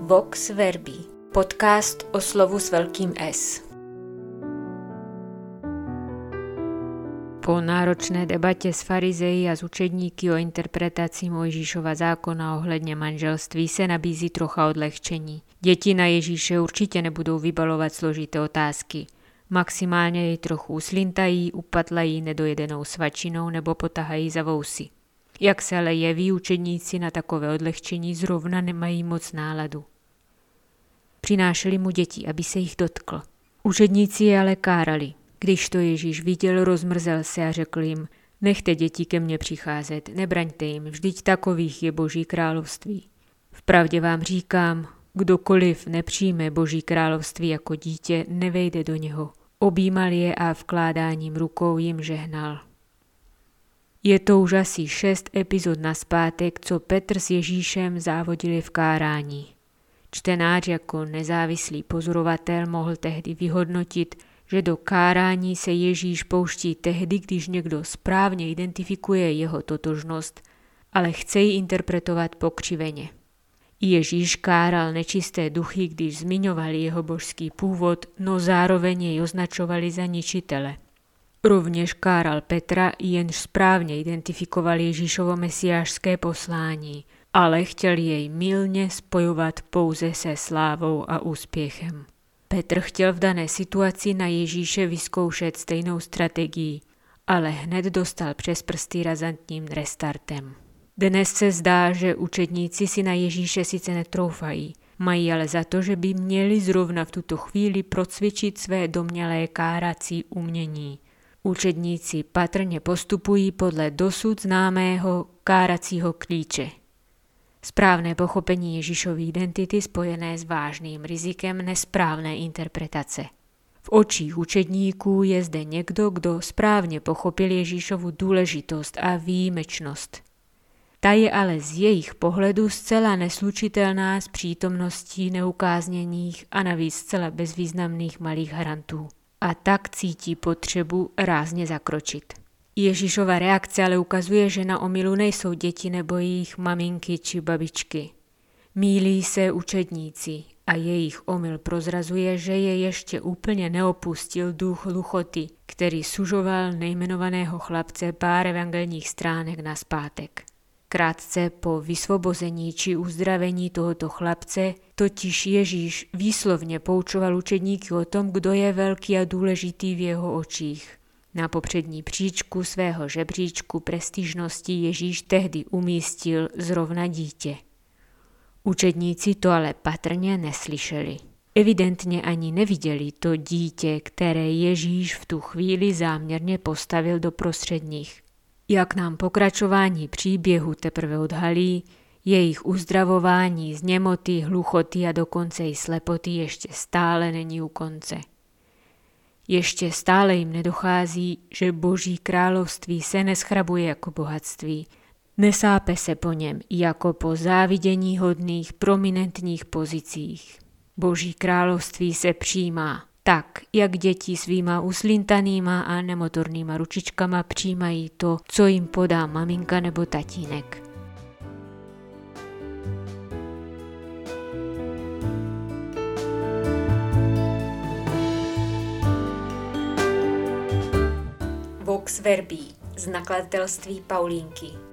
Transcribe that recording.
Vox Verbi, podcast o slovu s velkým S. Po náročné debatě s farizeji a s učedníky o interpretaci Mojžíšova zákona ohledně manželství se nabízí trocha odlehčení. Děti na Ježíše určitě nebudou vybalovat složité otázky. Maximálně jej trochu uslintají, upatlají nedojedenou svačinou nebo potahají za vousy. Jak se ale jeví, učedníci na takové odlehčení zrovna nemají moc náladu. Přinášeli mu děti, aby se jich dotkl. Učedníci je ale kárali. Když to Ježíš viděl, rozmrzel se a řekl jim: nechte děti ke mně přicházet, nebraňte jim, vždyť takových je Boží království. Vpravdě vám říkám, kdokoliv nepřijme Boží království jako dítě, nevejde do něho. Objímal je a vkládáním rukou jim žehnal. Je to už asi 6 epizod nazpátek, co Petr s Ježíšem závodili v kárání. Čtenář jako nezávislý pozorovatel mohl tehdy vyhodnotit, že do kárání se Ježíš pouští tehdy, když někdo správně identifikuje jeho totožnost, ale chce ji interpretovat pokřiveně. Ježíš káral nečisté duchy, když zmiňovali jeho božský původ, no zároveň jej označovali za ničitele. Rovněž káral Petra, jenž správně identifikoval Ježíšovo mesiášské poslání, ale chtěl jej mylně spojovat pouze se slávou a úspěchem. Petr chtěl v dané situaci na Ježíše vyzkoušet stejnou strategii, ale hned dostal přes prsty razantním restartem. Dnes se zdá, že učedníci si na Ježíše sice netroufají, mají ale za to, že by měli zrovna v tuto chvíli procvičit své domnělé kárací umění. Učedníci patrně postupují podle dosud známého káracího klíče. Správné pochopení Ježíšovy identity spojené s vážným rizikem nesprávné interpretace. V očích učedníků je zde někdo, kdo správně pochopil Ježíšovu důležitost a výjimečnost. Ta je ale z jejich pohledu zcela neslučitelná s přítomností neukázněných a navíc zcela bezvýznamných malých harantů. A tak cítí potřebu rázně zakročit. Ježíšova reakce ale ukazuje, že na omylu nejsou děti nebo jejich maminky či babičky. Mýlí se učedníci a jejich omyl prozrazuje, že je ještě úplně neopustil duch luchoty, který sužoval nejmenovaného chlapce pár evangelních stránek nazpátek. Krátce po vysvobození či uzdravení tohoto chlapce totiž Ježíš výslovně poučoval učedníky o tom, kdo je velký a důležitý v jeho očích. Na popřední příčku svého žebříčku prestižnosti Ježíš tehdy umístil zrovna dítě. Učedníci to ale patrně neslyšeli. Evidentně ani neviděli to dítě, které Ježíš v tu chvíli záměrně postavil do prostředních. Jak nám pokračování příběhu teprve odhalí, jejich uzdravování z němoty, hluchoty a dokonce i slepoty ještě stále není u konce. Ještě stále jim nedochází, že Boží království se neschrabuje jako bohatství, nesápe se po něm jako po záviděníhodných prominentních pozicích. Boží království se přijímá tak, jak děti svýma uslintanýma a nemotornýma ručičkama přijímají to, co jim podá maminka nebo tatínek. Vox Verbi z nakladatelství Paulínky.